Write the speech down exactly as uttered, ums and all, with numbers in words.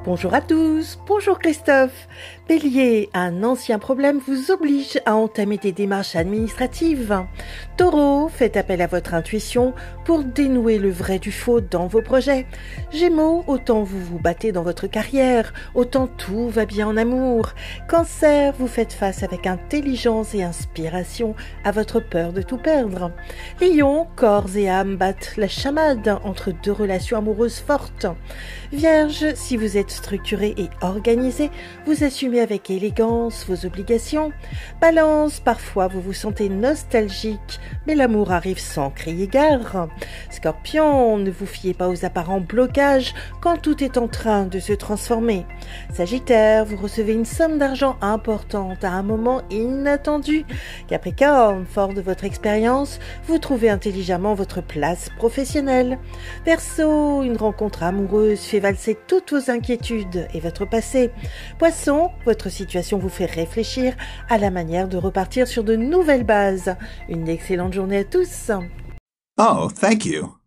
Bonjour à tous, bonjour Christophe. Bélier, un ancien problème vous oblige à entamer des démarches administratives. Taureau, faites appel à votre intuition pour dénouer le vrai du faux dans vos projets. Gémeaux, autant vous vous battez dans votre carrière, autant tout va bien en amour. Cancer, vous faites face avec intelligence et inspiration à votre peur de tout perdre. Lion, corps et âme battent la chamade entre deux relations amoureuses fortes. Vierge, si vous êtes structuré et organisé, vous assumez avec élégance vos obligations. Balance, parfois vous vous sentez nostalgique, mais l'amour arrive sans crier gare. Scorpion, ne vous fiez pas aux apparents blocages quand tout est en train de se transformer. Sagittaire, vous recevez une somme d'argent importante à un moment inattendu. Capricorne, fort de votre expérience, vous trouvez intelligemment votre place professionnelle. Verseau, une rencontre amoureuse fait valser toutes vos inquiétudes et votre passé. Poisson, votre situation vous fait réfléchir à la manière de repartir sur de nouvelles bases. Une excellente journée à tous. Oh, thank you.